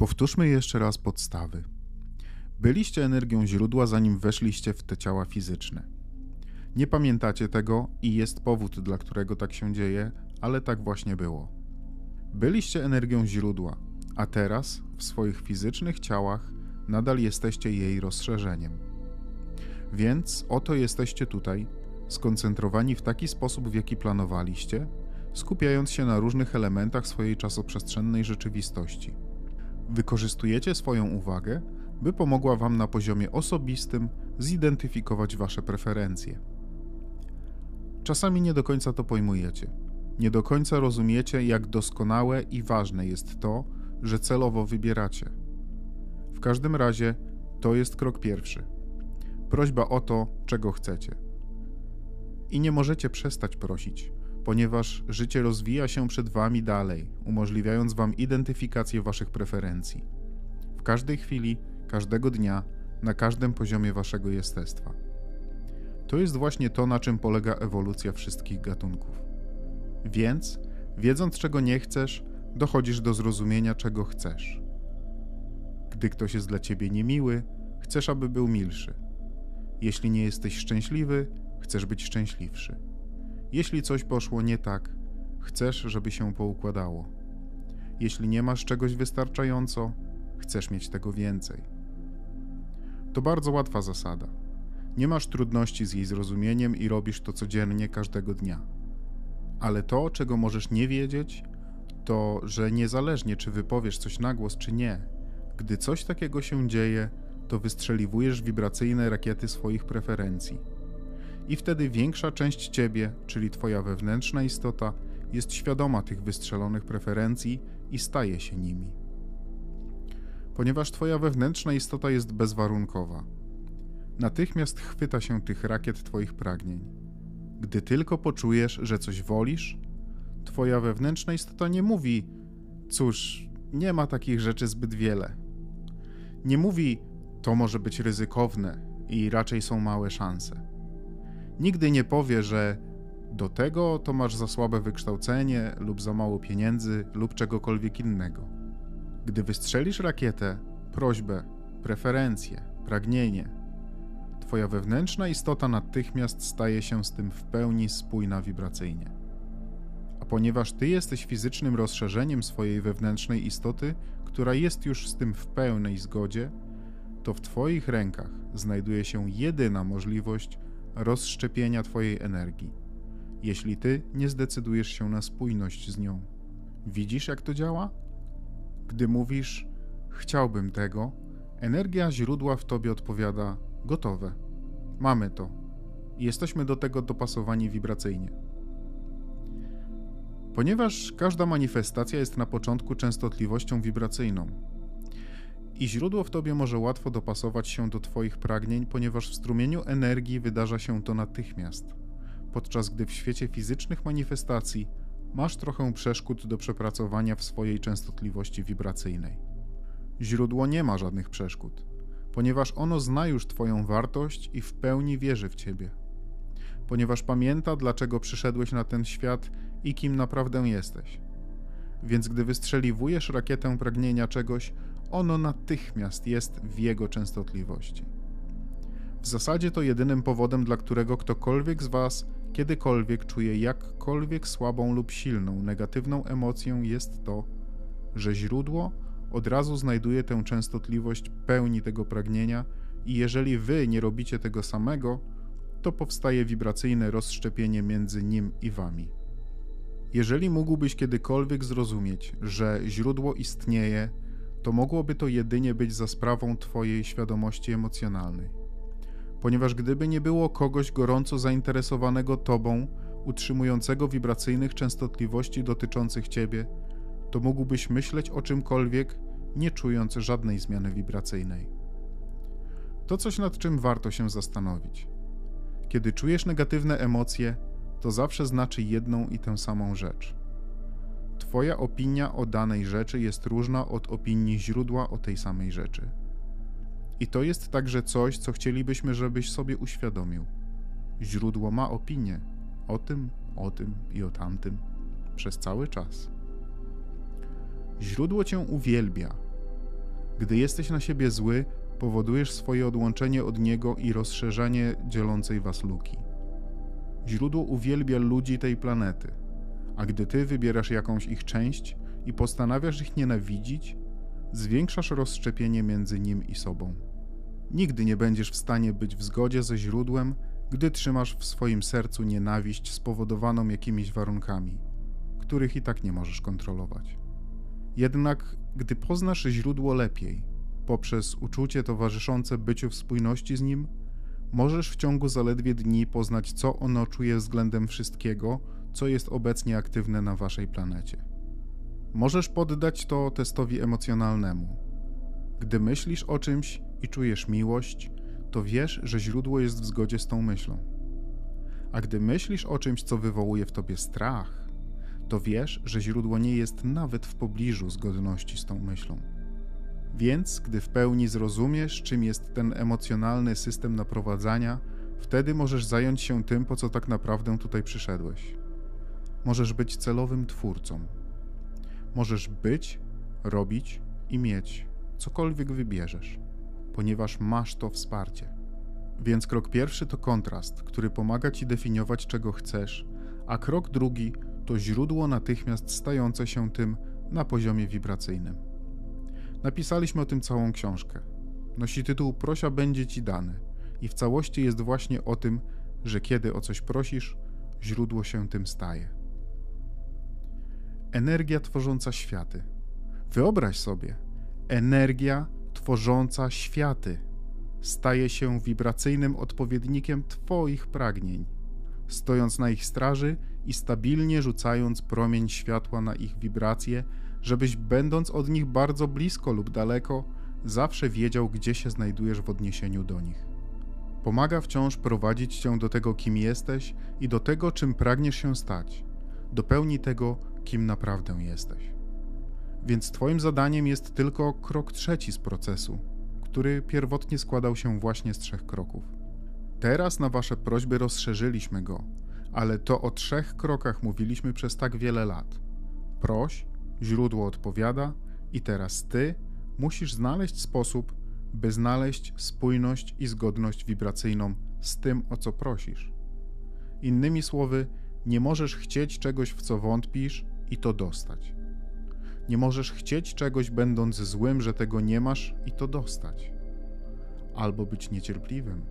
Powtórzmy jeszcze raz podstawy. Byliście energią źródła, zanim weszliście w te ciała fizyczne. Nie pamiętacie tego i jest powód, dla którego tak się dzieje, ale tak właśnie było. Byliście energią źródła, a teraz w swoich fizycznych ciałach nadal jesteście jej rozszerzeniem. Więc oto jesteście tutaj, skoncentrowani w taki sposób, w jaki planowaliście, skupiając się na różnych elementach swojej czasoprzestrzennej rzeczywistości. Wykorzystujecie swoją uwagę, by pomogła wam na poziomie osobistym zidentyfikować wasze preferencje. Czasami nie do końca to pojmujecie. Nie do końca rozumiecie, jak doskonałe i ważne jest to, że celowo wybieracie. W każdym razie to jest krok pierwszy. Prośba o to, czego chcecie. I nie możecie przestać prosić, ponieważ życie rozwija się przed wami dalej, umożliwiając wam identyfikację waszych preferencji. W każdej chwili, każdego dnia, na każdym poziomie waszego jestestwa. To jest właśnie to, na czym polega ewolucja wszystkich gatunków. Więc, wiedząc czego nie chcesz, dochodzisz do zrozumienia czego chcesz. Gdy ktoś jest dla ciebie niemiły, chcesz, aby był milszy. Jeśli nie jesteś szczęśliwy, chcesz być szczęśliwszy. Jeśli coś poszło nie tak, chcesz, żeby się poukładało. Jeśli nie masz czegoś wystarczająco, chcesz mieć tego więcej. To bardzo łatwa zasada. Nie masz trudności z jej zrozumieniem i robisz to codziennie, każdego dnia. Ale to, czego możesz nie wiedzieć, to, że niezależnie czy wypowiesz coś na głos, czy nie, gdy coś takiego się dzieje, to wystrzeliwujesz wibracyjne rakiety swoich preferencji. I wtedy większa część ciebie, czyli twoja wewnętrzna istota, jest świadoma tych wystrzelonych preferencji i staje się nimi. Ponieważ twoja wewnętrzna istota jest bezwarunkowa, natychmiast chwyta się tych rakiet twoich pragnień. Gdy tylko poczujesz, że coś wolisz, twoja wewnętrzna istota nie mówi: cóż, nie ma takich rzeczy zbyt wiele. Nie mówi: to może być ryzykowne i raczej są małe szanse. Nigdy nie powie, że do tego to masz za słabe wykształcenie lub za mało pieniędzy lub czegokolwiek innego. Gdy wystrzelisz rakietę, prośbę, preferencję, pragnienie, twoja wewnętrzna istota natychmiast staje się z tym w pełni spójna wibracyjnie. A ponieważ ty jesteś fizycznym rozszerzeniem swojej wewnętrznej istoty, która jest już z tym w pełnej zgodzie, to w twoich rękach znajduje się jedyna możliwość rozszczepienia twojej energii, jeśli ty nie zdecydujesz się na spójność z nią. Widzisz, jak to działa? Gdy mówisz: chciałbym tego, energia źródła w tobie odpowiada: gotowe, mamy to. Jesteśmy do tego dopasowani wibracyjnie. Ponieważ każda manifestacja jest na początku częstotliwością wibracyjną i źródło w tobie może łatwo dopasować się do twoich pragnień, ponieważ w strumieniu energii wydarza się to natychmiast, podczas gdy w świecie fizycznych manifestacji masz trochę przeszkód do przepracowania w swojej częstotliwości wibracyjnej. Źródło nie ma żadnych przeszkód, ponieważ ono zna już twoją wartość i w pełni wierzy w ciebie. Ponieważ pamięta, dlaczego przyszedłeś na ten świat i kim naprawdę jesteś. Więc gdy wystrzeliwujesz rakietę pragnienia czegoś, ono natychmiast jest w jego częstotliwości. W zasadzie to jedynym powodem, dla którego ktokolwiek z was kiedykolwiek czuje jakkolwiek słabą lub silną, negatywną emocję, jest to, że źródło od razu znajduje tę częstotliwość pełni tego pragnienia i jeżeli wy nie robicie tego samego, to powstaje wibracyjne rozszczepienie między nim i wami. Jeżeli mógłbyś kiedykolwiek zrozumieć, że źródło istnieje, to mogłoby to jedynie być za sprawą twojej świadomości emocjonalnej. Ponieważ gdyby nie było kogoś gorąco zainteresowanego tobą, utrzymującego wibracyjnych częstotliwości dotyczących ciebie, to mógłbyś myśleć o czymkolwiek, nie czując żadnej zmiany wibracyjnej. To coś, nad czym warto się zastanowić. Kiedy czujesz negatywne emocje, to zawsze znaczy jedną i tę samą rzecz. Twoja opinia o danej rzeczy jest różna od opinii źródła o tej samej rzeczy. I to jest także coś, co chcielibyśmy, żebyś sobie uświadomił. Źródło ma opinię o tym i o tamtym przez cały czas. Źródło cię uwielbia, Gdy jesteś na siebie zły, powodujesz swoje odłączenie od niego i rozszerzenie dzielącej was luki. Źródło uwielbia ludzi tej planety, a gdy ty wybierasz jakąś ich część i postanawiasz ich nienawidzić, zwiększasz rozszczepienie między nim i sobą. Nigdy nie będziesz w stanie być w zgodzie ze źródłem, gdy trzymasz w swoim sercu nienawiść spowodowaną jakimiś warunkami, których i tak nie możesz kontrolować. Jednak gdy poznasz źródło lepiej, poprzez uczucie towarzyszące byciu w spójności z nim, możesz w ciągu zaledwie dni poznać, co ono czuje względem wszystkiego, co jest obecnie aktywne na waszej planecie. Możesz poddać to testowi emocjonalnemu. Gdy myślisz o czymś i czujesz miłość, to wiesz, że źródło jest w zgodzie z tą myślą. A gdy myślisz o czymś, co wywołuje w tobie strach, to wiesz, że źródło nie jest nawet w pobliżu zgodności z tą myślą. Więc, gdy w pełni zrozumiesz, czym jest ten emocjonalny system naprowadzania, wtedy możesz zająć się tym, po co tak naprawdę tutaj przyszedłeś. Możesz być celowym twórcą. Możesz być, robić i mieć cokolwiek wybierzesz, ponieważ masz to wsparcie. Więc krok pierwszy to kontrast, który pomaga ci definiować, czego chcesz, a krok drugi to źródło natychmiast stające się tym na poziomie wibracyjnym. Napisaliśmy o tym całą książkę. Nosi tytuł Prosia będzie ci dane i w całości jest właśnie o tym, że kiedy o coś prosisz, źródło się tym staje. Energia tworząca światy. Wyobraź sobie, energia tworząca światy staje się wibracyjnym odpowiednikiem twoich pragnień, stojąc na ich straży i stabilnie rzucając promień światła na ich wibracje, żebyś będąc od nich bardzo blisko lub daleko, zawsze wiedział, gdzie się znajdujesz w odniesieniu do nich. Pomaga wciąż prowadzić cię do tego, kim jesteś i do tego, czym pragniesz się stać, do pełni tego, kim naprawdę jesteś. Więc twoim zadaniem jest tylko krok trzeci z procesu, który pierwotnie składał się właśnie z 3 kroków. Teraz na wasze prośby rozszerzyliśmy go, ale to o 3 krokach mówiliśmy przez tak wiele lat. Proś, źródło odpowiada i teraz ty musisz znaleźć sposób, by znaleźć spójność i zgodność wibracyjną z tym, o co prosisz. Innymi słowy, nie możesz chcieć czegoś, w co wątpisz i to dostać. Nie możesz chcieć czegoś, będąc złym, że tego nie masz i to dostać. Albo być niecierpliwym.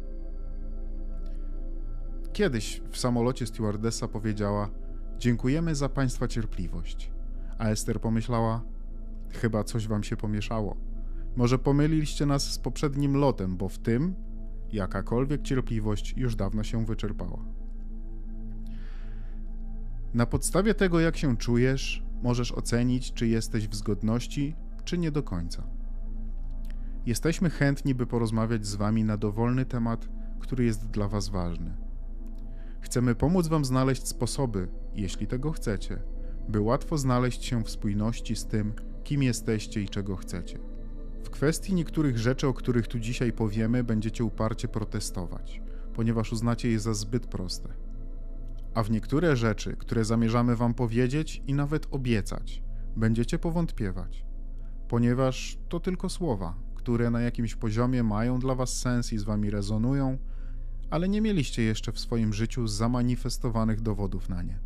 Kiedyś w samolocie stewardessa powiedziała: dziękujemy za państwa cierpliwość. A Ester pomyślała: chyba coś wam się pomieszało. Może pomyliliście nas z poprzednim lotem, bo w tym jakakolwiek cierpliwość już dawno się wyczerpała. Na podstawie tego, jak się czujesz, możesz ocenić, czy jesteś w zgodności, czy nie do końca. Jesteśmy chętni, by porozmawiać z wami na dowolny temat, który jest dla was ważny. Chcemy pomóc wam znaleźć sposoby, jeśli tego chcecie, by łatwo znaleźć się w spójności z tym, kim jesteście i czego chcecie. W kwestii niektórych rzeczy, o których tu dzisiaj powiemy, będziecie uparcie protestować, ponieważ uznacie je za zbyt proste. A w niektóre rzeczy, które zamierzamy wam powiedzieć i nawet obiecać, będziecie powątpiewać, ponieważ to tylko słowa, które na jakimś poziomie mają dla was sens i z wami rezonują, ale nie mieliście jeszcze w swoim życiu zamanifestowanych dowodów na nie.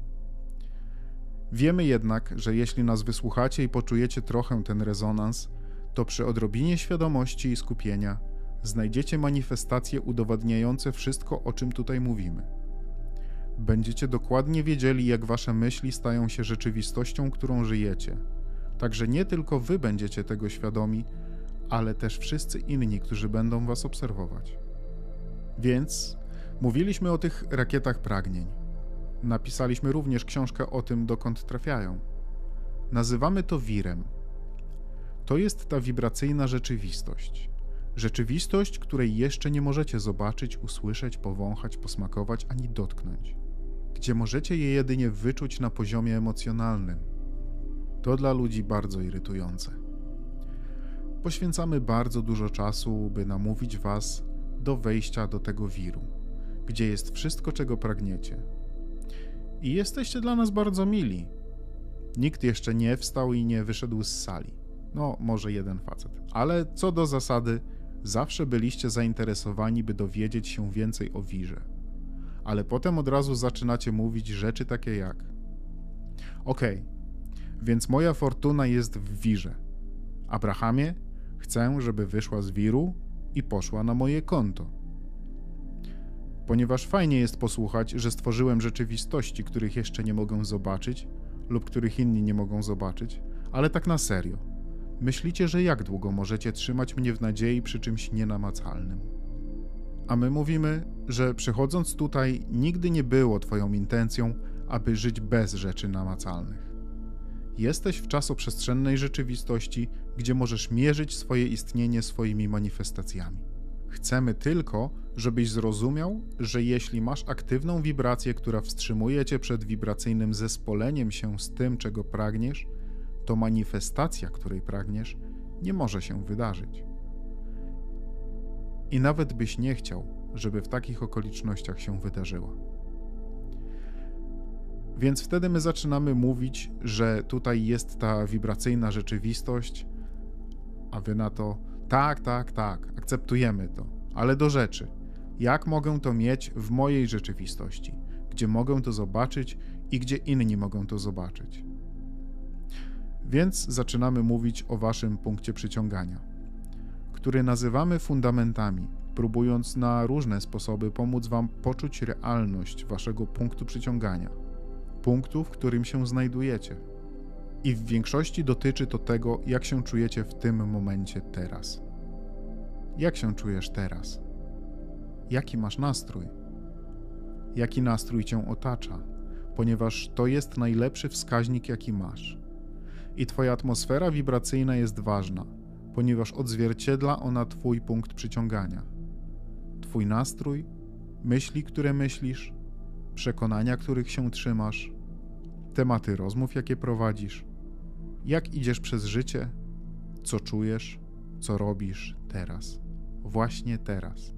Wiemy jednak, że jeśli nas wysłuchacie i poczujecie trochę ten rezonans, to przy odrobinie świadomości i skupienia znajdziecie manifestacje udowadniające wszystko, o czym tutaj mówimy. Będziecie dokładnie wiedzieli, jak wasze myśli stają się rzeczywistością, którą żyjecie. Także nie tylko wy będziecie tego świadomi, ale też wszyscy inni, którzy będą was obserwować. Więc mówiliśmy o tych rakietach pragnień. Napisaliśmy również książkę o tym, dokąd trafiają. Nazywamy to wirem. To jest ta wibracyjna rzeczywistość. Rzeczywistość, której jeszcze nie możecie zobaczyć, usłyszeć, powąchać, posmakować ani dotknąć. Gdzie możecie je jedynie wyczuć na poziomie emocjonalnym. To dla ludzi bardzo irytujące. Poświęcamy bardzo dużo czasu, by namówić was do wejścia do tego wiru, gdzie jest wszystko, czego pragniecie. I jesteście dla nas bardzo mili. Nikt jeszcze nie wstał i nie wyszedł z sali. No, może jeden facet. Ale co do zasady, zawsze byliście zainteresowani, by dowiedzieć się więcej o wirze. Ale potem od razu zaczynacie mówić rzeczy takie jak: okej, więc moja fortuna jest w wirze. Abrahamie, chcę, żeby wyszła z wiru i poszła na moje konto. Ponieważ fajnie jest posłuchać, że stworzyłem rzeczywistości, których jeszcze nie mogą zobaczyć lub których inni nie mogą zobaczyć, ale tak na serio. Myślicie, że jak długo możecie trzymać mnie w nadziei przy czymś nienamacalnym? A my mówimy, że przychodząc tutaj nigdy nie było twoją intencją, aby żyć bez rzeczy namacalnych. Jesteś w czasoprzestrzennej rzeczywistości, gdzie możesz mierzyć swoje istnienie swoimi manifestacjami. Chcemy tylko, żebyś zrozumiał, że jeśli masz aktywną wibrację, która wstrzymuje cię przed wibracyjnym zespoleniem się z tym, czego pragniesz, to manifestacja, której pragniesz, nie może się wydarzyć. I nawet byś nie chciał, żeby w takich okolicznościach się wydarzyła. Więc wtedy my zaczynamy mówić, że tutaj jest ta wibracyjna rzeczywistość, a wy na to: tak, akceptujemy to, ale do rzeczy. Jak mogę to mieć w mojej rzeczywistości, gdzie mogę to zobaczyć i gdzie inni mogą to zobaczyć? Więc zaczynamy mówić o waszym punkcie przyciągania, który nazywamy fundamentami, próbując na różne sposoby pomóc wam poczuć realność waszego punktu przyciągania, punktu, w którym się znajdujecie. I w większości dotyczy to tego, jak się czujecie w tym momencie teraz. Jak się czujesz teraz? Jaki masz nastrój? Jaki nastrój cię otacza? Ponieważ to jest najlepszy wskaźnik, jaki masz. I twoja atmosfera wibracyjna jest ważna, ponieważ odzwierciedla ona twój punkt przyciągania. Twój nastrój, myśli, które myślisz, przekonania, których się trzymasz, tematy rozmów, jakie prowadzisz, jak idziesz przez życie, co czujesz, co robisz teraz, właśnie teraz.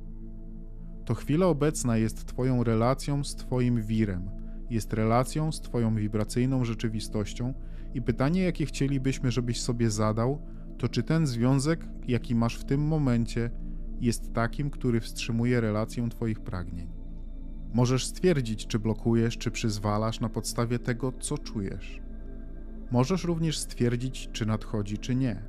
To chwila obecna jest twoją relacją z twoim wirem, jest relacją z twoją wibracyjną rzeczywistością i pytanie, jakie chcielibyśmy, żebyś sobie zadał, to czy ten związek, jaki masz w tym momencie, jest takim, który wstrzymuje relację twoich pragnień. Możesz stwierdzić, czy blokujesz, czy przyzwalasz na podstawie tego, co czujesz. Możesz również stwierdzić, czy nadchodzi, czy nie.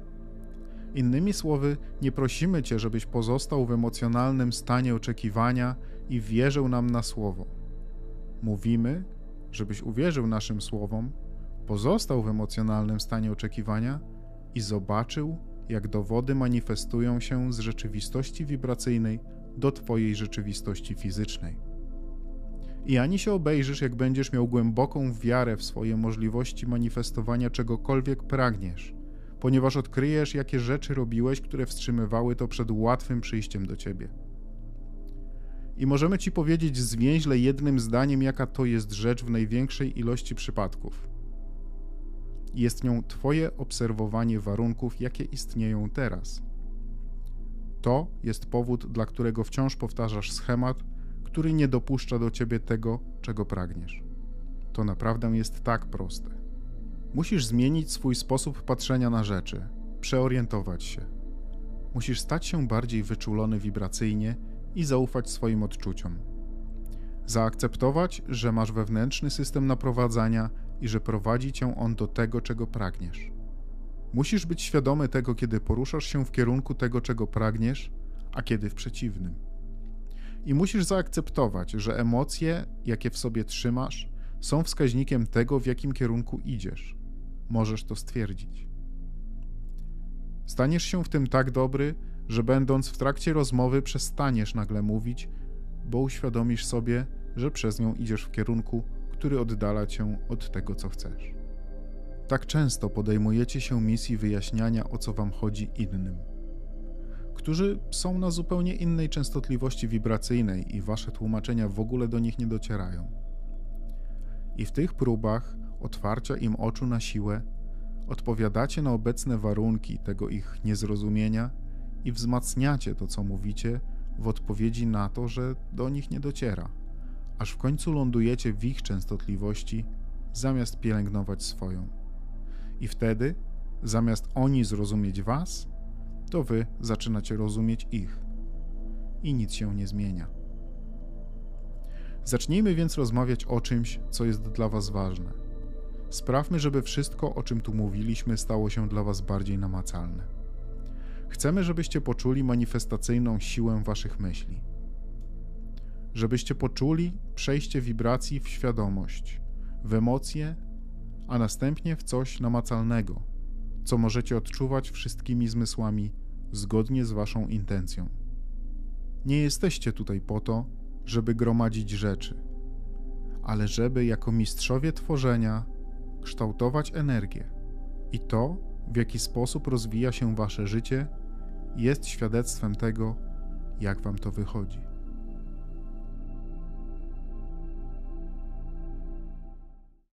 Innymi słowy, nie prosimy cię, żebyś pozostał w emocjonalnym stanie oczekiwania i wierzył nam na słowo. Mówimy, żebyś uwierzył naszym słowom, pozostał w emocjonalnym stanie oczekiwania i zobaczył, jak dowody manifestują się z rzeczywistości wibracyjnej do twojej rzeczywistości fizycznej. I ani się obejrzysz, jak będziesz miał głęboką wiarę w swoje możliwości manifestowania czegokolwiek pragniesz, ponieważ odkryjesz, jakie rzeczy robiłeś, które wstrzymywały to przed łatwym przyjściem do ciebie. I możemy ci powiedzieć zwięźle jednym zdaniem, jaka to jest rzecz w największej ilości przypadków. Jest nią twoje obserwowanie warunków, jakie istnieją teraz. To jest powód, dla którego wciąż powtarzasz schemat, który nie dopuszcza do ciebie tego, czego pragniesz. To naprawdę jest tak proste. Musisz zmienić swój sposób patrzenia na rzeczy, przeorientować się. Musisz stać się bardziej wyczulony wibracyjnie i zaufać swoim odczuciom. Zaakceptować, że masz wewnętrzny system naprowadzania i że prowadzi cię on do tego, czego pragniesz. Musisz być świadomy tego, kiedy poruszasz się w kierunku tego, czego pragniesz, a kiedy w przeciwnym. I musisz zaakceptować, że emocje, jakie w sobie trzymasz, są wskaźnikiem tego, w jakim kierunku idziesz. Możesz to stwierdzić. Staniesz się w tym tak dobry, że będąc w trakcie rozmowy przestaniesz nagle mówić, bo uświadomisz sobie, że przez nią idziesz w kierunku, który oddala cię od tego, co chcesz. Tak często podejmujecie się misji wyjaśniania, o co wam chodzi innym, którzy są na zupełnie innej częstotliwości wibracyjnej i wasze tłumaczenia w ogóle do nich nie docierają. I w tych próbach otwarcia im oczu na siłę odpowiadacie na obecne warunki tego ich niezrozumienia i wzmacniacie to, co mówicie, w odpowiedzi na to, że do nich nie dociera, aż w końcu lądujecie w ich częstotliwości, zamiast pielęgnować swoją. I wtedy, zamiast oni zrozumieć was, to wy zaczynacie rozumieć ich. I nic się nie zmienia. Zacznijmy więc rozmawiać o czymś, co jest dla was ważne. Sprawmy, żeby wszystko, o czym tu mówiliśmy, stało się dla was bardziej namacalne. Chcemy, żebyście poczuli manifestacyjną siłę waszych myśli. Żebyście poczuli przejście wibracji w świadomość, w emocje, a następnie w coś namacalnego, co możecie odczuwać wszystkimi zmysłami zgodnie z waszą intencją. Nie jesteście tutaj po to, żeby gromadzić rzeczy, ale żeby jako mistrzowie tworzenia kształtować energię i to, w jaki sposób rozwija się wasze życie, jest świadectwem tego, jak wam to wychodzi.